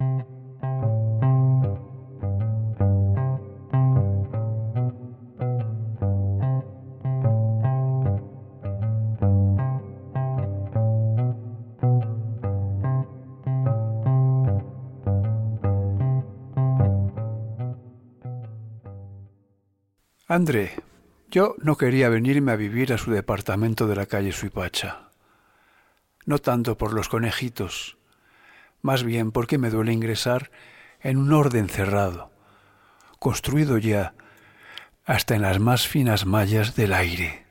André, yo no quería venirme a vivir a su departamento de la calle Suipacha. No tanto por los conejitos, más bien porque me duele ingresar en un orden cerrado, construido ya hasta en las más finas mallas del aire.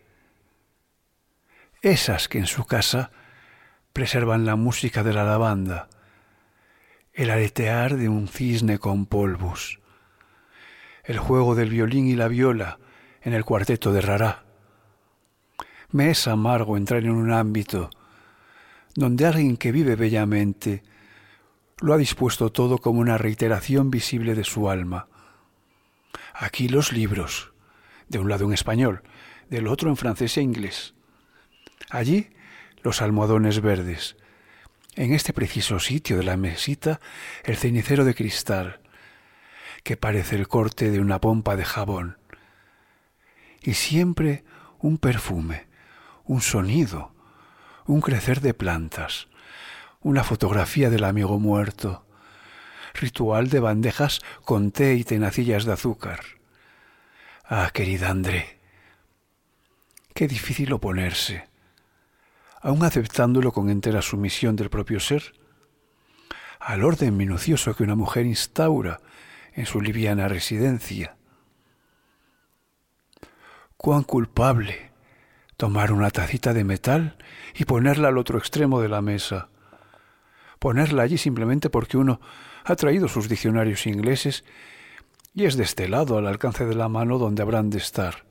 Esas que en su casa preservan la música de la lavanda, el aletear de un cisne con polvos, el juego del violín y la viola en el cuarteto de Rará. Me es amargo entrar en un ámbito donde alguien que vive bellamente lo ha dispuesto todo como una reiteración visible de su alma. Aquí los libros, de un lado en español, del otro en francés e inglés. Allí los almohadones verdes. En este preciso sitio de la mesita, el cenicero de cristal, que parece el corte de una pompa de jabón. Y siempre un perfume, un sonido, un crecer de plantas, una fotografía del amigo muerto, ritual de bandejas con té y tenacillas de azúcar. Ah, querida André, qué difícil oponerse, aun aceptándolo con entera sumisión del propio ser, al orden minucioso que una mujer instaura en su liviana residencia. Cuán culpable tomar una tacita de metal y ponerla al otro extremo de la mesa. Ponerla allí simplemente porque uno ha traído sus diccionarios ingleses y es de este lado, al alcance de la mano, donde habrán de estar.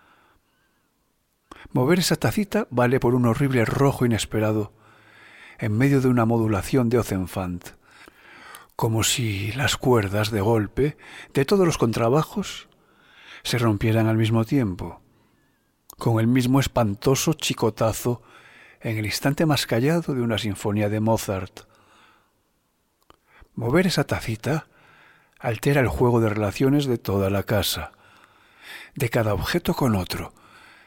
Mover esa tacita vale por un horrible rojo inesperado en medio de una modulación de Ozenfant, como si las cuerdas de golpe de todos los contrabajos se rompieran al mismo tiempo, con el mismo espantoso chicotazo en el instante más callado de una sinfonía de Mozart. Mover esa tacita altera el juego de relaciones de toda la casa, de cada objeto con otro,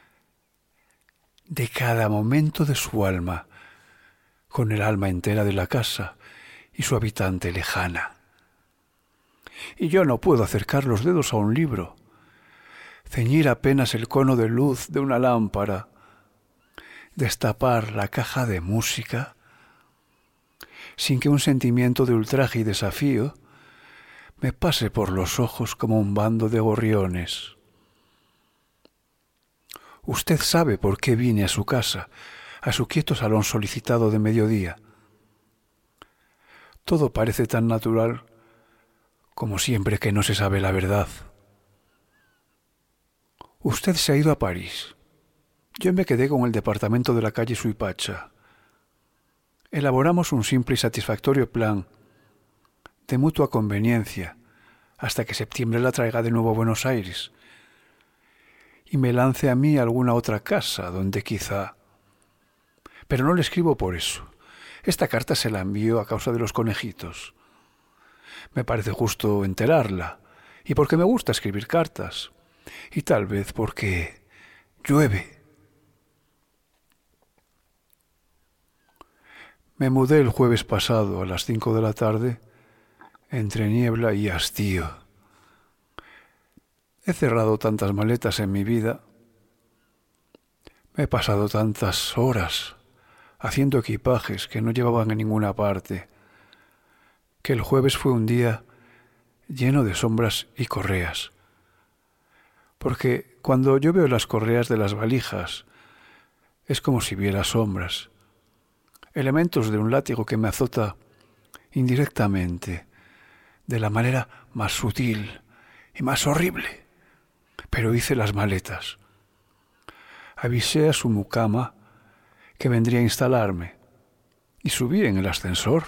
de cada momento de su alma, con el alma entera de la casa y su habitante lejana. Y yo no puedo acercar los dedos a un libro, ceñir apenas el cono de luz de una lámpara, destapar la caja de música, sin que un sentimiento de ultraje y desafío me pase por los ojos como un bando de gorriones. Usted sabe por qué vine a su casa, a su quieto salón solicitado de mediodía. Todo parece tan natural como siempre que no se sabe la verdad. Usted se ha ido a París. Yo me quedé con el departamento de la calle Suipacha. Elaboramos un simple y satisfactorio plan de mutua conveniencia hasta que septiembre la traiga de nuevo a Buenos Aires y me lance a mí a alguna otra casa donde quizá... Pero no le escribo por eso. Esta carta se la envío a causa de los conejitos. Me parece justo enterarla y porque me gusta escribir cartas y tal vez porque llueve. Me mudé el jueves pasado a las 5 de la tarde entre niebla y hastío. He cerrado tantas maletas en mi vida, me he pasado tantas horas haciendo equipajes que no llevaban a ninguna parte, que el jueves fue un día lleno de sombras y correas. Porque cuando yo veo las correas de las valijas, es como si viera sombras, elementos de un látigo que me azota indirectamente, de la manera más sutil y más horrible. Pero hice las maletas. Avisé a su mucama que vendría a instalarme y subí en el ascensor.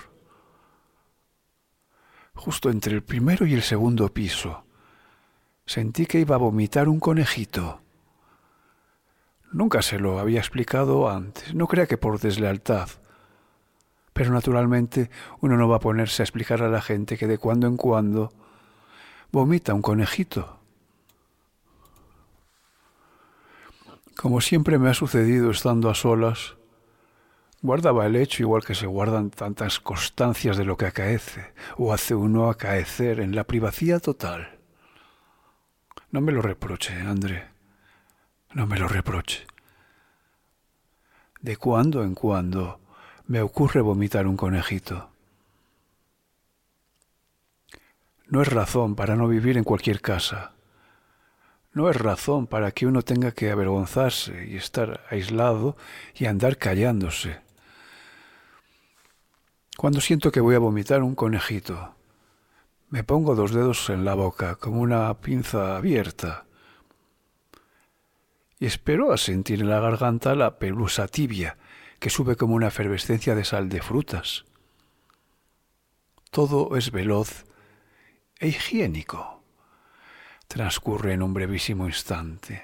Justo entre el primero y el segundo piso, sentí que iba a vomitar un conejito. Nunca se lo había explicado antes, no crea que por deslealtad, Pero naturalmente uno no va a ponerse a explicar a la gente que de cuando en cuando vomita un conejito. Como siempre me ha sucedido estando a solas, guardaba el hecho igual que se guardan tantas constancias de lo que acaece o hace uno acaecer en la privacidad total. No me lo reproche, André, no me lo reproche. De cuando en cuando me ocurre vomitar un conejito. No es razón para no vivir en cualquier casa. No es razón para que uno tenga que avergonzarse y estar aislado y andar callándose. Cuando siento que voy a vomitar un conejito, me pongo 2 dedos en la boca como una pinza abierta y espero a sentir en la garganta la pelusa tibia que sube como una efervescencia de sal de frutas. Todo es veloz e higiénico. Transcurre en un brevísimo instante.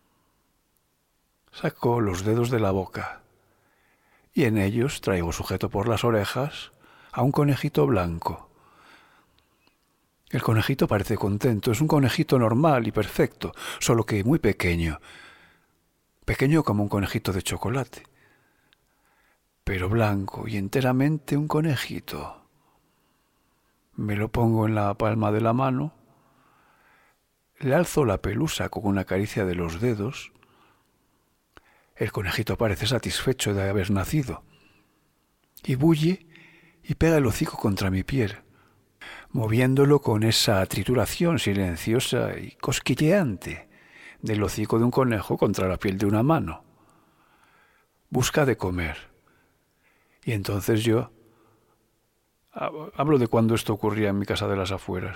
Saco los dedos de la boca y en ellos traigo sujeto por las orejas a un conejito blanco. El conejito parece contento, es un conejito normal y perfecto, solo que muy pequeño. Pequeño como un conejito de chocolate, pero blanco y enteramente un conejito. Me lo pongo en la palma de la mano, le alzo la pelusa con una caricia de los dedos. El conejito parece satisfecho de haber nacido y bulle y pega el hocico contra mi piel, moviéndolo con esa trituración silenciosa y cosquilleante del hocico de un conejo contra la piel de una mano. Busca de comer. Y entonces yo hablo de cuando esto ocurría en mi casa de las afueras.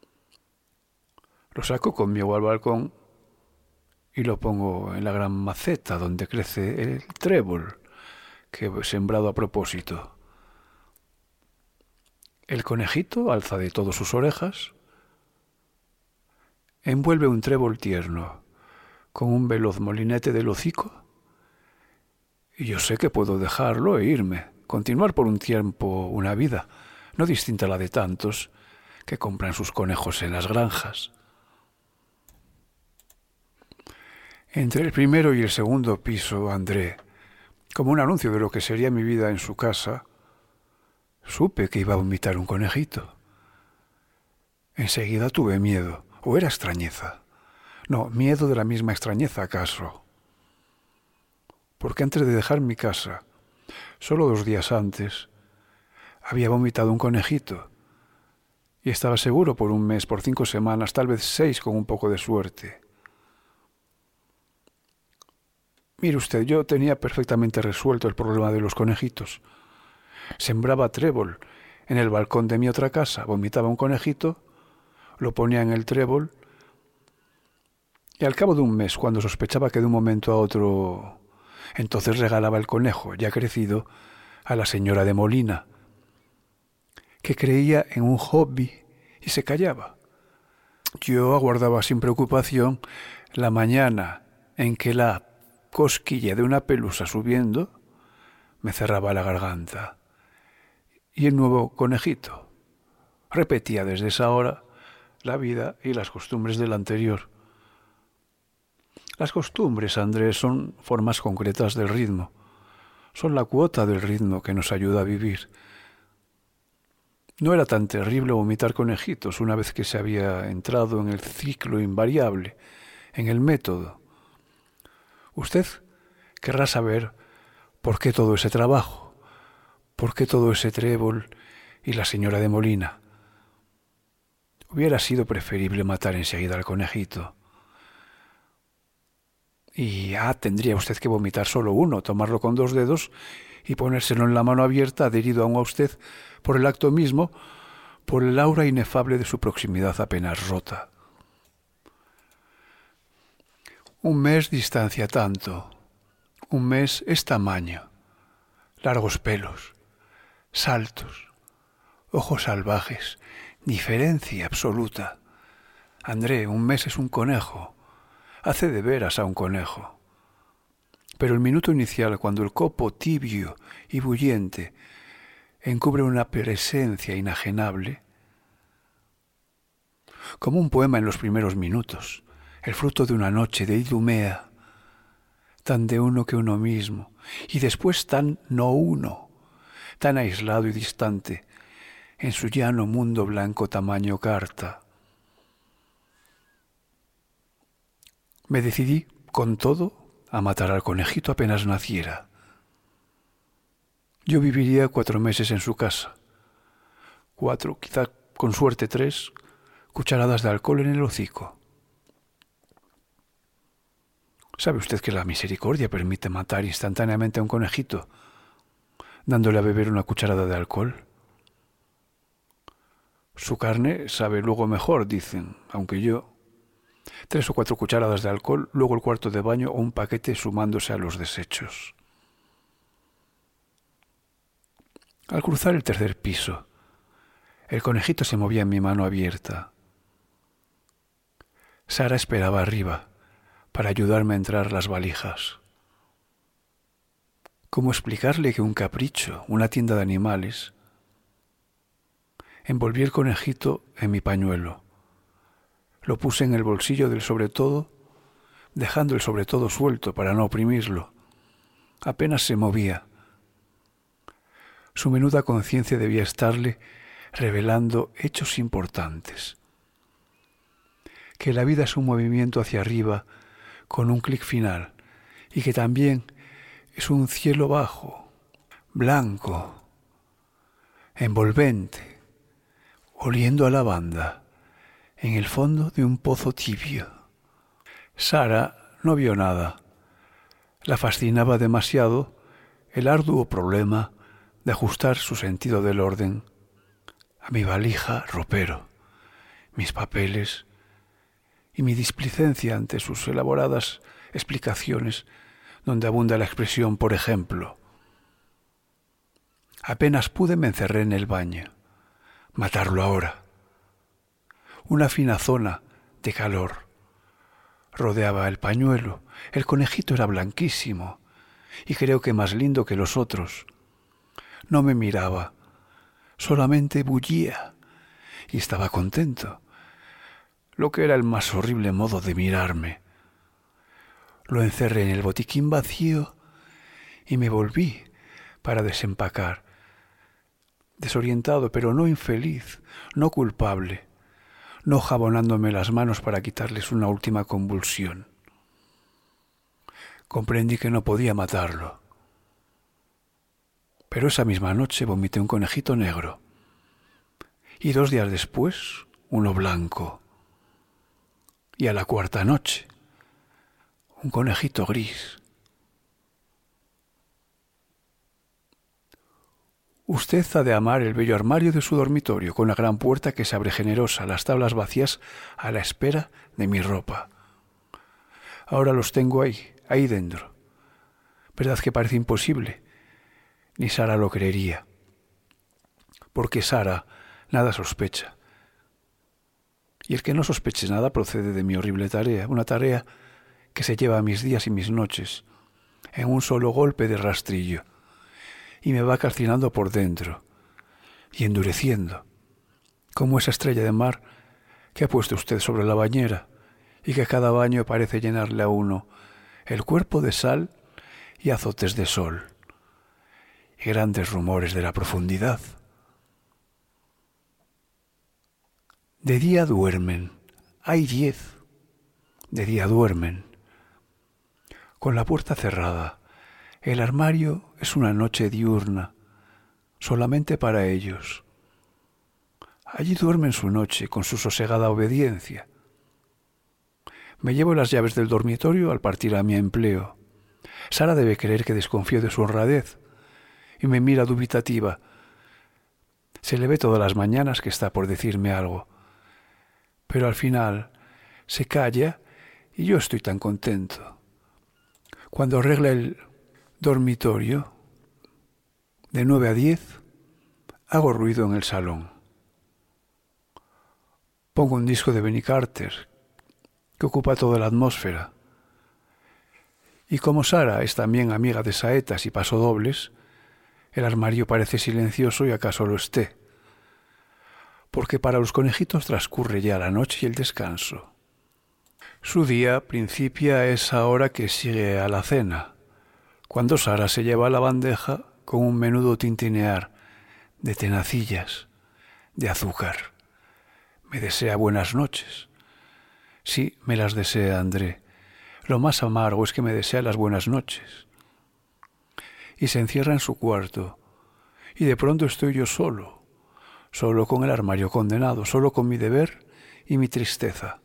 Lo saco conmigo al balcón y lo pongo en la gran maceta donde crece el trébol que he sembrado a propósito. El conejito alza de todo sus orejas, envuelve un trébol tierno con un veloz molinete del hocico y yo sé que puedo dejarlo e irme, continuar por un tiempo una vida, no distinta a la de tantos que compran sus conejos en las granjas. Entre el primero y el segundo piso, André, como un anuncio de lo que sería mi vida en su casa, supe que iba a vomitar un conejito. Enseguida tuve miedo, o era extrañeza. No, miedo de la misma extrañeza, acaso. Porque antes de dejar mi casa, solo 2 días antes, había vomitado un conejito. Y estaba seguro por 1 mes, por 5 semanas, tal vez 6 con un poco de suerte. Mire usted, yo tenía perfectamente resuelto el problema de los conejitos. Sembraba trébol en el balcón de mi otra casa, vomitaba un conejito, lo ponía en el trébol y al cabo de 1 mes, cuando sospechaba que de un momento a otro, entonces regalaba el conejo, ya crecido, a la señora de Molina, que creía en un hobby y se callaba. Yo aguardaba sin preocupación la mañana en que la cosquilla de una pelusa subiendo me cerraba la garganta. Y el nuevo conejito repetía desde esa hora la vida y las costumbres del anterior. Las costumbres, Andrés, son formas concretas del ritmo. Son la cuota del ritmo que nos ayuda a vivir. No era tan terrible vomitar conejitos una vez que se había entrado en el ciclo invariable, en el método. Usted querrá saber por qué todo ese trabajo, por qué todo ese trébol y la señora de Molina. Hubiera sido preferible matar enseguida al conejito. Y tendría usted que vomitar solo uno, tomarlo con 2 dedos y ponérselo en la mano abierta, adherido aún a usted por el acto mismo, por el aura inefable de su proximidad apenas rota. 1 mes distancia tanto, 1 mes es tamaño, largos pelos, saltos, ojos salvajes, diferencia absoluta. André, 1 mes es un conejo, hace de veras a un conejo. Pero el minuto inicial, cuando el copo tibio y bullente encubre una presencia inajenable, como un poema en los primeros minutos, el fruto de una noche de Idumea, tan de uno que uno mismo, y después tan no uno, tan aislado y distante, en su llano mundo blanco tamaño carta. Me decidí, con todo, a matar al conejito apenas naciera. Yo viviría 4 meses en su casa, 4, quizá con suerte 3, cucharadas de alcohol en el hocico. ¿Sabe usted que la misericordia permite matar instantáneamente a un conejito, dándole a beber una cucharada de alcohol? Su carne sabe luego mejor, dicen, aunque yo 3 o 4 cucharadas de alcohol, luego el cuarto de baño o un paquete sumándose a los desechos. Al cruzar el 3er piso, el conejito se movía en mi mano abierta. Sara esperaba arriba para ayudarme a entrar las valijas. ¿Cómo explicarle que un capricho, una tienda de animales, envolví el conejito en mi pañuelo? Lo puse en el bolsillo del sobretodo, dejando el sobretodo suelto para no oprimirlo. Apenas se movía. Su menuda conciencia debía estarle revelando hechos importantes. Que la vida es un movimiento hacia arriba con un clic final y que también es un cielo bajo, blanco, envolvente, oliendo a lavanda, en el fondo de un pozo tibio. Sara no vio nada. La fascinaba demasiado el arduo problema de ajustar su sentido del orden a mi valija ropero, mis papeles y mi displicencia ante sus elaboradas explicaciones donde abunda la expresión por ejemplo. Apenas pude me encerré en el baño. Matarlo ahora. Una fina zona de calor rodeaba el pañuelo. El conejito era blanquísimo y creo que más lindo que los otros. No me miraba, solamente bullía y estaba contento, lo que era el más horrible modo de mirarme. Lo encerré en el botiquín vacío y me volví para desempacar, desorientado pero no infeliz, no culpable, no jabonándome las manos para quitarles una última convulsión. Comprendí que no podía matarlo. Pero esa misma noche vomité un conejito negro y 2 días después uno blanco. Y a la 4ª noche un conejito gris. Usted ha de amar el bello armario de su dormitorio, con la gran puerta que se abre generosa, las tablas vacías a la espera de mi ropa. Ahora los tengo ahí dentro. ¿Verdad que parece imposible? Ni Sara lo creería. Porque Sara nada sospecha. Y el que no sospeche nada procede de mi horrible tarea, una tarea que se lleva mis días y mis noches en un solo golpe de rastrillo y me va calcinando por dentro y endureciendo, como esa estrella de mar que ha puesto usted sobre la bañera y que cada baño parece llenarle a uno el cuerpo de sal y azotes de sol y grandes rumores de la profundidad. De día duermen, hay 10, de día duermen, con la puerta cerrada. El armario es una noche diurna, solamente para ellos. Allí duermen su noche con su sosegada obediencia. Me llevo las llaves del dormitorio al partir a mi empleo. Sara debe creer que desconfío de su honradez y me mira dubitativa. Se le ve todas las mañanas que está por decirme algo, pero al final se calla y yo estoy tan contento. Cuando arregla el dormitorio, de 9 a 10, hago ruido en el salón. Pongo un disco de Benny Carter, que ocupa toda la atmósfera. Y como Sara es también amiga de saetas y pasodobles, El armario parece silencioso y acaso lo esté, porque para los conejitos transcurre ya la noche y el descanso. Su día principia a esa hora que sigue a la cena, cuando Sara se lleva la bandeja con un menudo tintinear de tenacillas, de azúcar. Me desea buenas noches. Sí, me las desea André. Lo más amargo es que me desea las buenas noches. Y se encierra en su cuarto, y de pronto estoy yo solo, solo con el armario condenado, solo con mi deber y mi tristeza.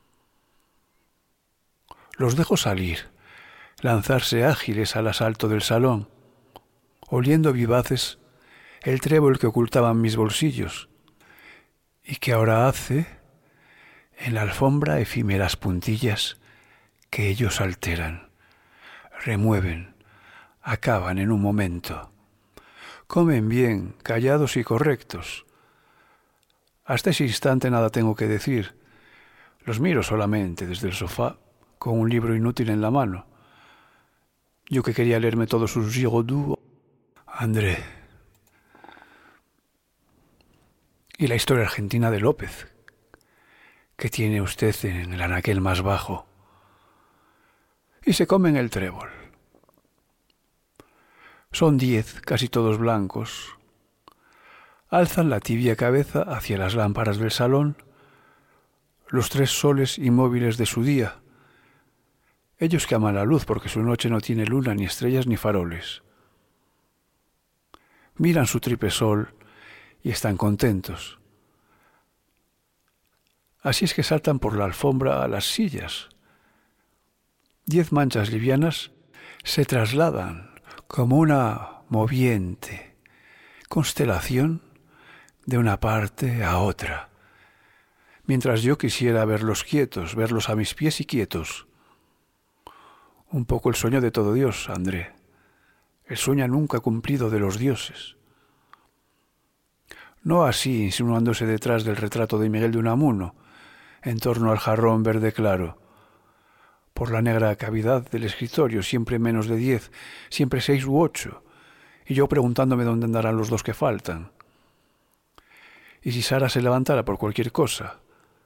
Los dejo salir, lanzarse ágiles al asalto del salón, oliendo vivaces el trébol que ocultaban mis bolsillos, y que ahora hace en la alfombra efímeras puntillas que ellos alteran, remueven, acaban en un momento. Comen bien, callados y correctos. Hasta ese instante nada tengo que decir. Los miro solamente desde el sofá, con un libro inútil en la mano. Yo que quería leerme todos sus Giraudoux. André. Y la historia argentina de López, que tiene usted en el anaquel más bajo. Y se comen el trébol. Son 10, casi todos blancos. Alzan la tibia cabeza hacia las lámparas del salón, los 3 soles inmóviles de su día. Ellos que aman la luz porque su noche no tiene luna, ni estrellas, ni faroles. Miran su tripesol y están contentos. Así es que saltan por la alfombra a las sillas. 10 manchas livianas se trasladan como una moviente constelación de una parte a otra, mientras yo quisiera verlos quietos, verlos a mis pies y quietos. Un poco el sueño de todo Dios, André, el sueño nunca cumplido de los dioses. No así insinuándose detrás del retrato de Miguel de Unamuno, en torno al jarrón verde claro, por la negra cavidad del escritorio, siempre menos de 10, siempre 6 u 8, y yo preguntándome dónde andarán los 2 que faltan. Y si Sara se levantara por cualquier cosa.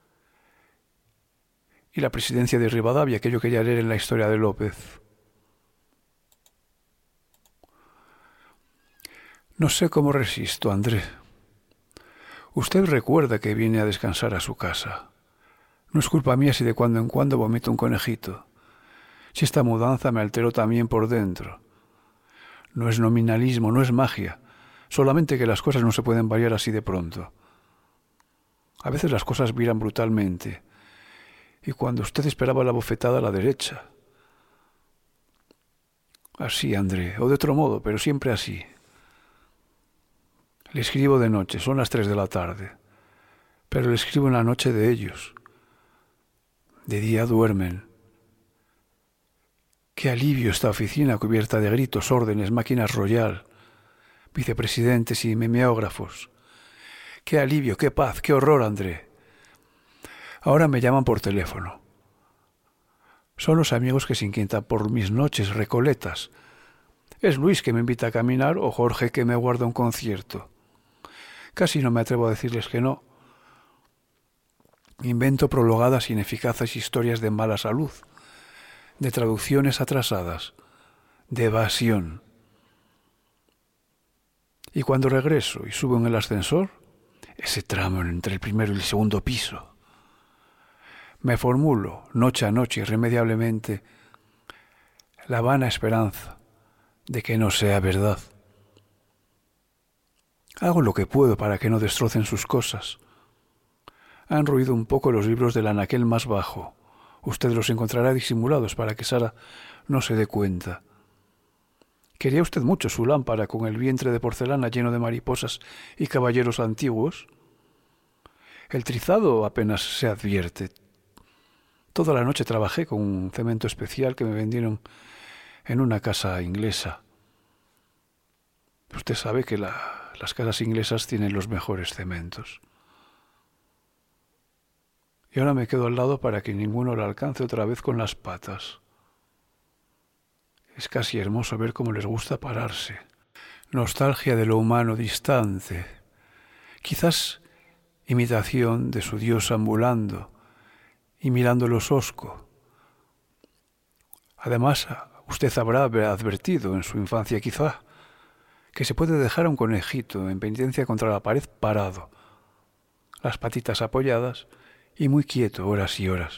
Y la presidencia de Rivadavia, que yo quería leer en la historia de López. No sé cómo resisto, André. Usted recuerda que vine a descansar a su casa. No es culpa mía si de cuando en cuando vomito un conejito. Si esta mudanza me alteró también por dentro. No es nominalismo, no es magia. Solamente que las cosas no se pueden variar así de pronto. A veces las cosas viran brutalmente. Y cuando usted esperaba la bofetada a la derecha. Así, André, o de otro modo, pero siempre así. Le escribo de noche, son las 3 de la tarde. Pero le escribo en la noche de ellos. De día duermen. Qué alivio esta oficina cubierta de gritos, órdenes, máquinas Royal, vicepresidentes y memeógrafos. Qué alivio, qué paz, qué horror, André. Ahora me llaman por teléfono. Son los amigos que se inquietan por mis noches recoletas. Es Luis que me invita a caminar o Jorge que me guarda un concierto. Casi no me atrevo a decirles que no. Invento prolongadas, ineficaces historias de mala salud, de traducciones atrasadas, de evasión. Y cuando regreso y subo en el ascensor, ese tramo entre el primero y el segundo piso, me formulo noche a noche irremediablemente la vana esperanza de que no sea verdad. Hago lo que puedo para que no destrocen sus cosas. Han roído un poco los libros del anaquel más bajo. Usted los encontrará disimulados para que Sara no se dé cuenta. ¿Quería usted mucho su lámpara con el vientre de porcelana lleno de mariposas y caballeros antiguos? El trizado apenas se advierte. Toda la noche trabajé con un cemento especial que me vendieron en una casa inglesa. Usted sabe que las casas inglesas tienen los mejores cementos. Y ahora me quedo al lado para que ninguno la alcance otra vez con las patas. Es casi hermoso ver cómo les gusta pararse. nostalgia de lo humano distante, quizás imitación de su Dios ambulando y mirando los hosco. Además, usted habrá advertido en su infancia quizá que se puede dejar a un conejito en penitencia contra la pared parado, las patitas apoyadas y muy quieto horas y horas.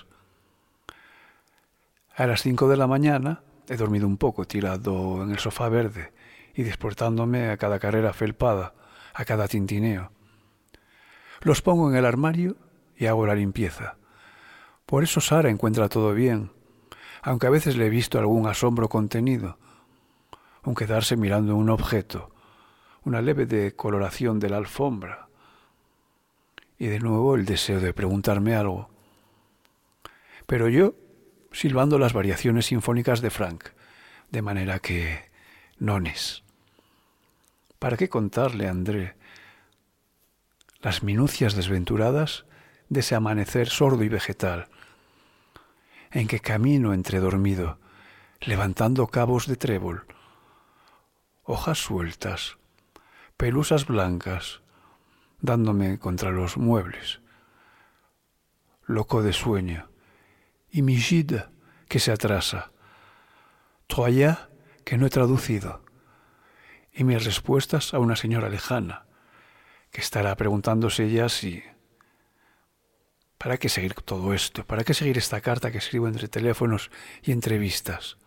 A las 5 de la mañana he dormido un poco tirado en el sofá verde y despertándome a cada carrera felpada, a cada tintineo. Los pongo en el armario y hago la limpieza. Por eso Sara encuentra todo bien, aunque a veces le he visto algún asombro contenido, un quedarse mirando un objeto, una leve decoloración de la alfombra, y de nuevo el deseo de preguntarme algo. Pero yo, silbando las variaciones sinfónicas de Frank, de manera que nones. ¿Para qué contarle a André las minucias desventuradas de ese amanecer sordo y vegetal, en que camino entredormido, levantando cabos de trébol, hojas sueltas, pelusas blancas, dándome contra los muebles, loco de sueño, y mi Gide que se atrasa, Troya que no he traducido, y mis respuestas a una señora lejana, que estará preguntándose ya si... ¿Para qué seguir todo esto? ¿Para qué seguir esta carta que escribo entre teléfonos y entrevistas?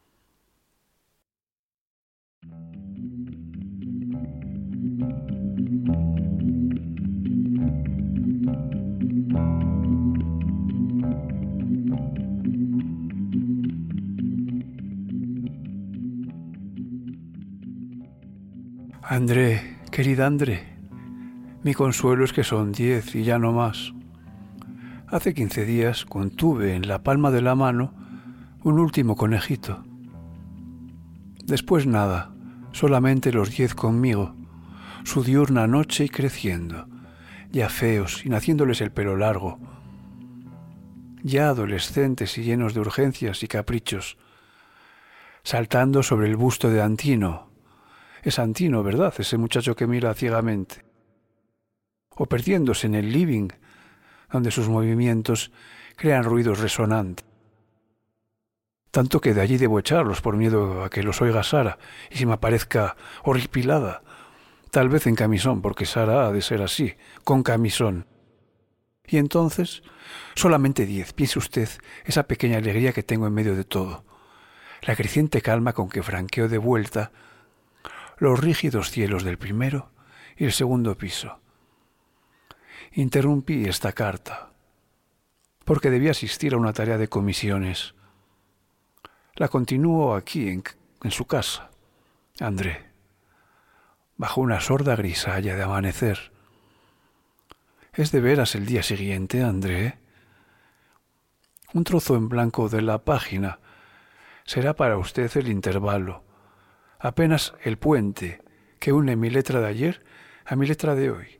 André, querida André, mi consuelo es que son 10 y ya no más. Hace 15 días contuve en la palma de la mano un último conejito. Después nada, solamente los 10 conmigo, su diurna noche y creciendo, ya feos y naciéndoles el pelo largo, ya adolescentes y llenos de urgencias y caprichos, saltando sobre el busto de Antino. Es Antino, ¿verdad? Ese muchacho que mira ciegamente. O perdiéndose en el living, donde sus movimientos crean ruidos resonantes. Tanto que de allí debo echarlos por miedo a que los oiga Sara y se me aparezca horripilada, tal vez en camisón, porque Sara ha de ser así, con camisón. Y entonces, solamente 10, piense usted esa pequeña alegría que tengo en medio de todo, la creciente calma con que franqueo de vuelta los rígidos cielos del primero y el segundo piso. Interrumpí esta carta, porque debía asistir a una tarea de comisiones. La continúo aquí, en su casa, André, bajo una sorda grisalla de amanecer. ¿Es de veras el día siguiente, André? Un trozo en blanco de la página será para usted el intervalo, apenas el puente que une mi letra de ayer a mi letra de hoy.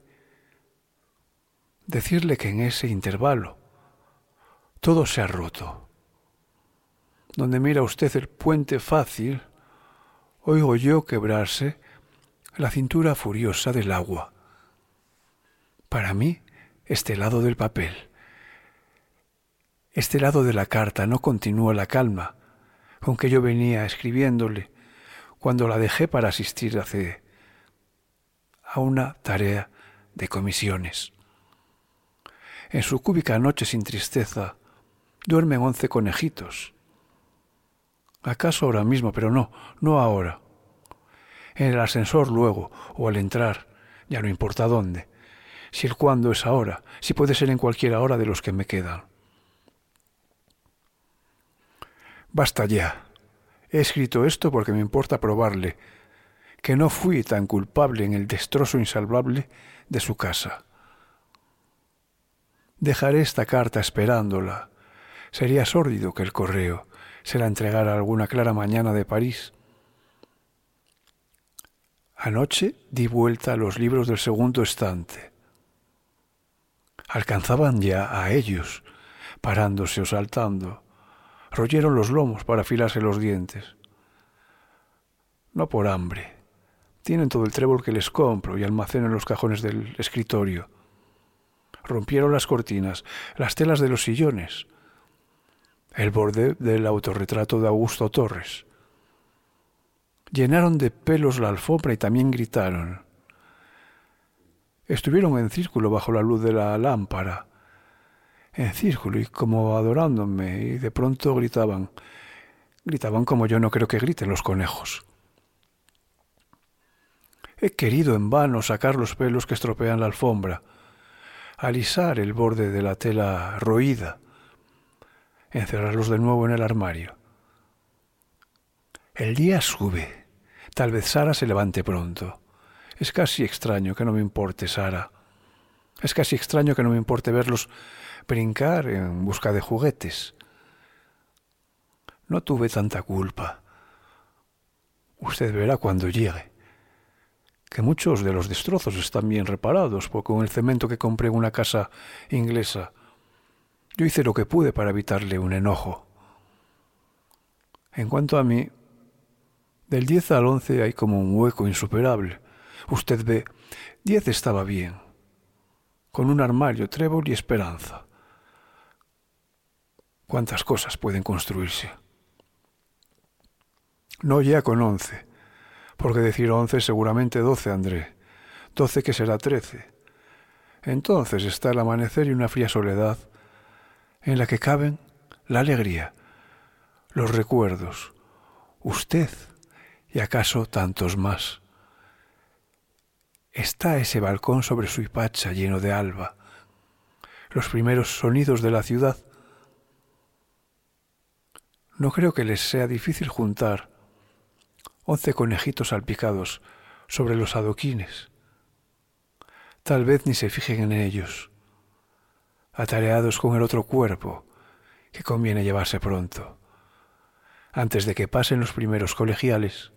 Decirle que en ese intervalo todo se ha roto. Donde mira usted el puente fácil, oigo yo quebrarse la cintura furiosa del agua. Para mí, este lado del papel, este lado de la carta no continúa la calma con que yo venía escribiéndole cuando la dejé para asistir a una tarea de comisiones. En su cúbica noche sin tristeza duermen 11 conejitos. ¿Acaso ahora mismo? Pero no ahora. En el ascensor luego, o al entrar, ya no importa dónde. Si el cuándo es ahora, si puede ser en cualquier hora de los que me quedan. Basta ya. He escrito esto porque me importa probarle que no fui tan culpable en el destrozo insalvable de su casa. Dejaré esta carta esperándola. Sería sórdido que el correo se la entregara alguna clara mañana de París. Anoche di vuelta a los libros del segundo estante. Alcanzaban ya a ellos, parándose o saltando. Royeron los lomos para afilarse los dientes. No por hambre, Tienen todo el trébol que les compro y almaceno en los cajones del escritorio. Rompieron las cortinas, las telas de los sillones, el borde del autorretrato de Augusto Torres. Llenaron de pelos la alfombra y también gritaron. Estuvieron en círculo bajo la luz de la lámpara, en círculo y como adorándome, y de pronto gritaban como yo no creo que griten los conejos. He querido en vano sacar los pelos que estropean la alfombra, alisar el borde de la tela roída, encerrarlos de nuevo en el armario. El día sube. Tal vez Sara se levante pronto. Es casi extraño que no me importe Sara. Es casi extraño que no me importe verlos brincar en busca de juguetes. No tuve tanta culpa. Usted verá cuando llegue que muchos de los destrozos están bien reparados, porque con el cemento que compré en una casa inglesa, yo hice lo que pude para evitarle un enojo. En cuanto a mí, del 10 al 11 hay como un hueco insuperable. Usted ve, 10 estaba bien, con un armario, trébol y esperanza. ¿Cuántas cosas pueden construirse? No ya con 11. Porque decir 11 seguramente 12, André. 12 que será 13. Entonces está el amanecer y una fría soledad en la que caben la alegría, los recuerdos, usted y acaso tantos más. Está ese balcón sobre su hipacha lleno de alba, los primeros sonidos de la ciudad. No creo que les sea difícil juntar 11 conejitos salpicados sobre los adoquines. Tal vez ni se fijen en ellos, atareados con el otro cuerpo que conviene llevarse pronto, antes de que pasen los primeros colegiales.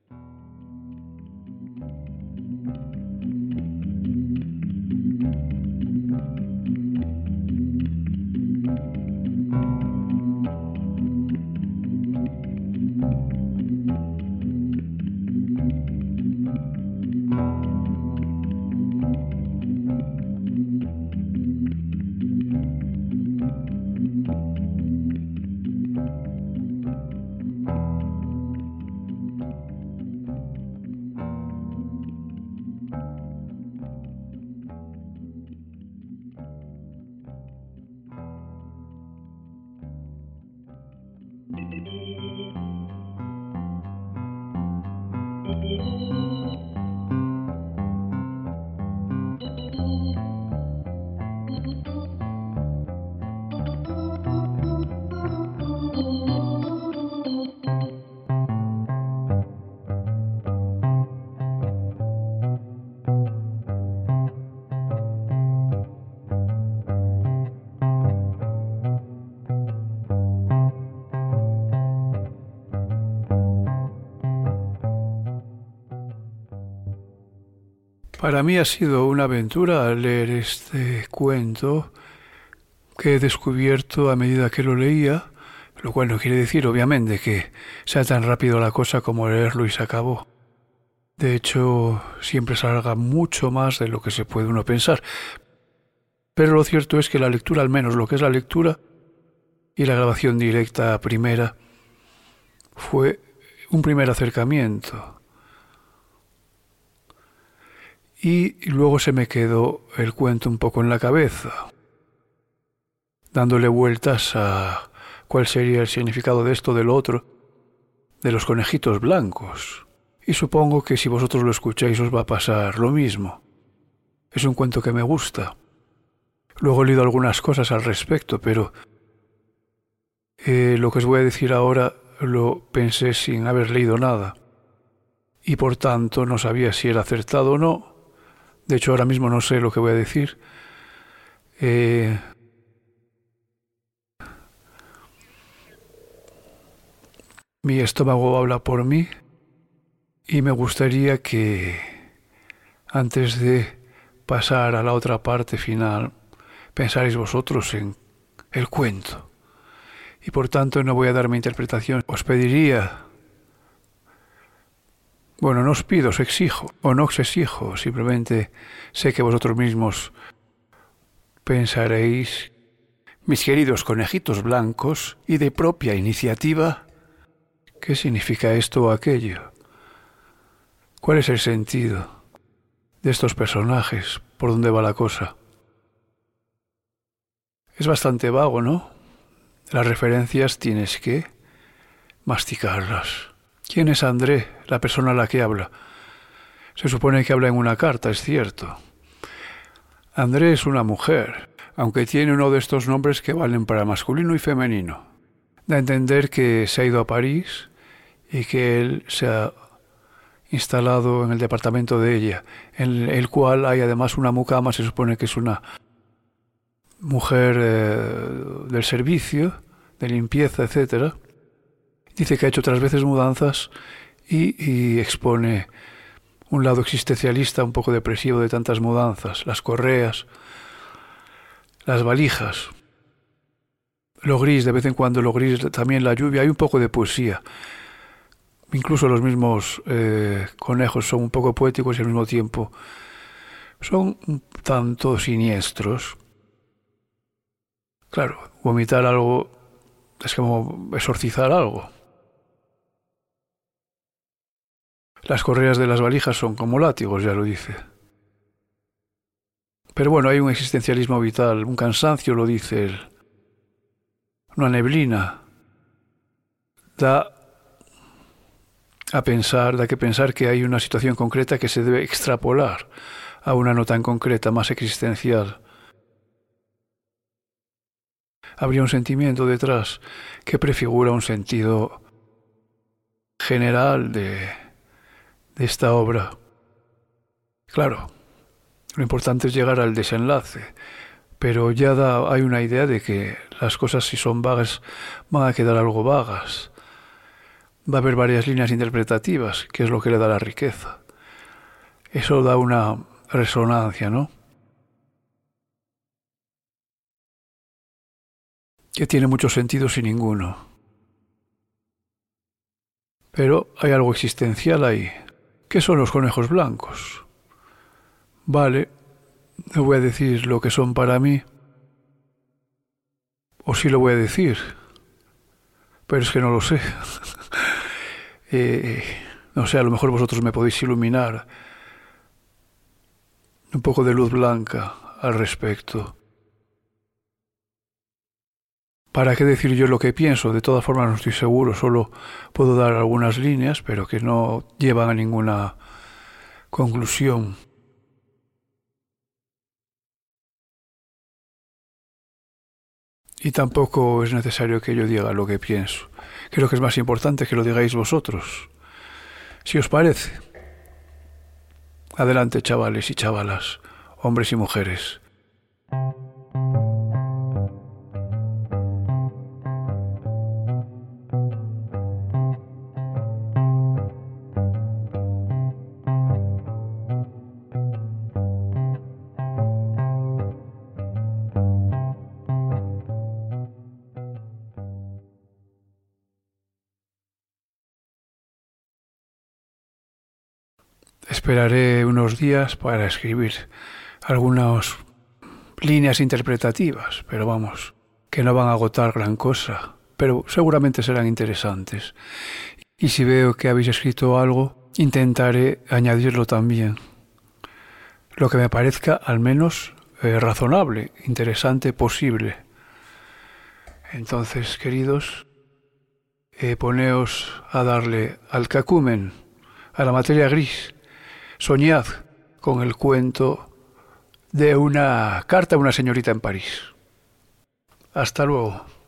Para mí ha sido una aventura leer este cuento que he descubierto a medida que lo leía, lo cual no quiere decir, obviamente, que sea tan rápido la cosa como leerlo y se acabó. De hecho, siempre se alarga mucho más de lo que se puede uno pensar. Pero lo cierto es que la lectura, al menos lo que es la lectura y la grabación directa primera, fue un primer acercamiento. Y luego se me quedó el cuento un poco en la cabeza, dándole vueltas a cuál sería el significado de esto, de lo otro, de los conejitos blancos. Y supongo que si vosotros lo escucháis os va a pasar lo mismo. Es un cuento que me gusta. Luego he leído algunas cosas al respecto, pero lo que os voy a decir ahora lo pensé sin haber leído nada. Y por tanto no sabía si era acertado o no. De hecho, ahora mismo no sé lo que voy a decir. Mi estómago habla por mí y me gustaría que, antes de pasar a la otra parte final, pensaréis vosotros en el cuento. Y por tanto no voy a dar mi interpretación. Os pediría Bueno, no os pido, os exijo, o no os exijo, simplemente sé que vosotros mismos pensaréis, mis queridos conejitos blancos, y de propia iniciativa, ¿qué significa esto o aquello? ¿Cuál es el sentido de estos personajes? ¿Por dónde va la cosa? Es bastante vago, ¿no? Las referencias tienes que masticarlas. ¿Quién es André, la persona a la que habla? Se supone que habla en una carta, es cierto. André es una mujer, aunque tiene uno de estos nombres que valen para masculino y femenino. Da a entender que se ha ido a París y que él se ha instalado en el departamento de ella, en el cual hay además una mucama, se supone que es una mujer del servicio, de limpieza, etcétera. Dice que ha hecho otras veces mudanzas y expone un lado existencialista un poco depresivo de tantas mudanzas, las correas, las valijas, lo gris, de vez en cuando lo gris, también la lluvia, hay un poco de poesía. Incluso los mismos conejos son un poco poéticos y al mismo tiempo son un tanto siniestros. Claro, vomitar algo es como exorcizar algo. Las correas de las valijas son como látigos, ya lo dice. Pero bueno, hay un existencialismo vital, un cansancio, lo dice él. Una neblina. Da que pensar que hay una situación concreta que se debe extrapolar a una no tan concreta, más existencial. Habría un sentimiento detrás que prefigura un sentido general de esta obra. Claro, lo importante es llegar al desenlace, pero ya hay una idea de que las cosas, si son vagas, van a quedar algo vagas. Va a haber varias líneas interpretativas, que es lo que le da la riqueza. Eso da una resonancia, ¿no? Que tiene muchos sentidos y ninguno. Pero hay algo existencial ahí. ¿Qué son los conejos blancos? Vale, no voy a decir lo que son para mí, o sí lo voy a decir, pero es que no lo sé. No sé, a lo mejor vosotros me podéis iluminar un poco de luz blanca al respecto. ¿Para qué decir yo lo que pienso? De todas formas no estoy seguro, solo puedo dar algunas líneas, pero que no llevan a ninguna conclusión. Y tampoco es necesario que yo diga lo que pienso. Creo que es más importante que lo digáis vosotros. Si os parece. Adelante, chavales y chavalas, hombres y mujeres. Esperaré unos días para escribir algunas líneas interpretativas, pero vamos, que no van a agotar gran cosa, pero seguramente serán interesantes. Y si veo que habéis escrito algo, intentaré añadirlo también. Lo que me parezca al menos razonable, interesante, posible. Entonces, queridos, poneos a darle al cacumen, a la materia gris. Soñad con el cuento de una carta a una señorita en París. Hasta luego.